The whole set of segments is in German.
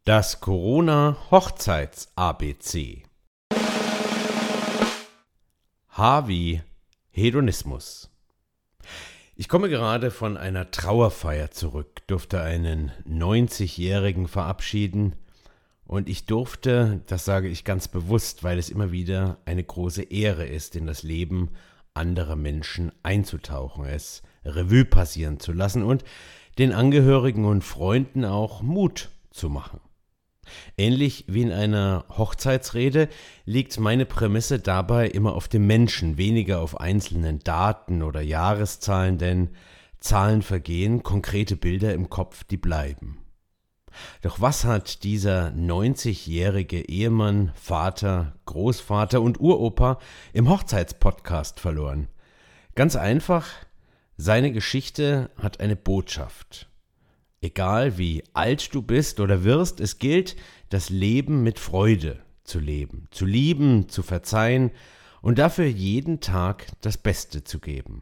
Das Corona-Hochzeits-ABC. H wie Hedonismus. Ich komme gerade von einer Trauerfeier zurück, durfte einen 90-Jährigen verabschieden und ich durfte, das sage ich ganz bewusst, weil es immer wieder eine große Ehre ist, in das Leben anderer Menschen einzutauchen, es Revue passieren zu lassen und den Angehörigen und Freunden auch Mut zu machen. Ähnlich wie in einer Hochzeitsrede liegt meine Prämisse dabei immer auf dem Menschen, weniger auf einzelnen Daten oder Jahreszahlen, denn Zahlen vergehen, konkrete Bilder im Kopf, die bleiben. Doch was hat dieser 90-jährige Ehemann, Vater, Großvater und Uropa im Hochzeitspodcast verloren? Ganz einfach, seine Geschichte hat eine Botschaft. Egal wie alt du bist oder wirst, es gilt, das Leben mit Freude zu leben, zu lieben, zu verzeihen und dafür jeden Tag das Beste zu geben.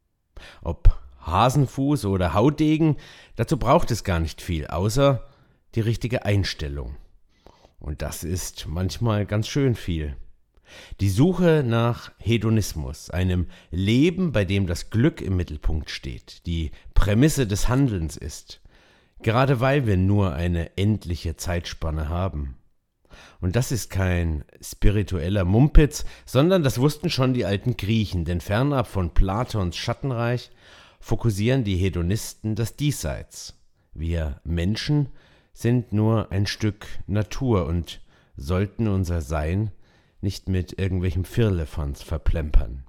Ob Hasenfuß oder Hautdegen, dazu braucht es gar nicht viel, außer die richtige Einstellung. Und das ist manchmal ganz schön viel. Die Suche nach Hedonismus, einem Leben, bei dem das Glück im Mittelpunkt steht, die Prämisse des Handelns ist. Gerade weil wir nur eine endliche Zeitspanne haben. Und das ist kein spiritueller Mumpitz, sondern das wussten schon die alten Griechen, denn fernab von Platons Schattenreich fokussieren die Hedonisten das Diesseits. Wir Menschen sind nur ein Stück Natur und sollten unser Sein nicht mit irgendwelchem Firlefanz verplempern.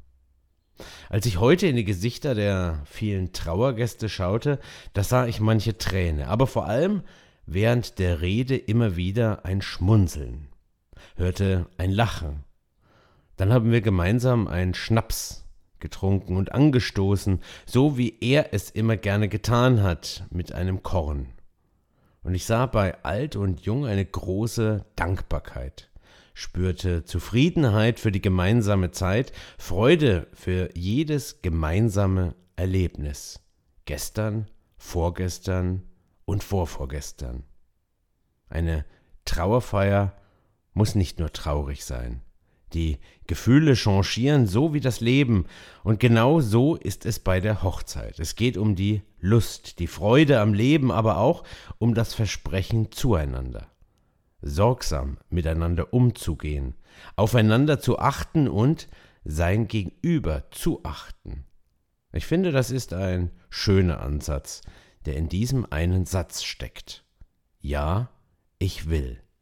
Als ich heute in die Gesichter der vielen Trauergäste schaute, da sah ich manche Träne, aber vor allem während der Rede immer wieder ein Schmunzeln, hörte ein Lachen. Dann haben wir gemeinsam einen Schnaps getrunken und angestoßen, so wie er es immer gerne getan hat, mit einem Korn. Und ich sah bei alt und jung eine große Dankbarkeit, spürte Zufriedenheit für die gemeinsame Zeit, Freude für jedes gemeinsame Erlebnis. Gestern, vorgestern und vorvorgestern. Eine Trauerfeier muss nicht nur traurig sein. Die Gefühle changieren so wie das Leben und genau so ist es bei der Hochzeit. Es geht um die Lust, die Freude am Leben, aber auch um das Versprechen zueinander. Sorgsam miteinander umzugehen, aufeinander zu achten und sein Gegenüber zu achten. Ich finde, das ist ein schöner Ansatz, der in diesem einen Satz steckt. Ja, ich will.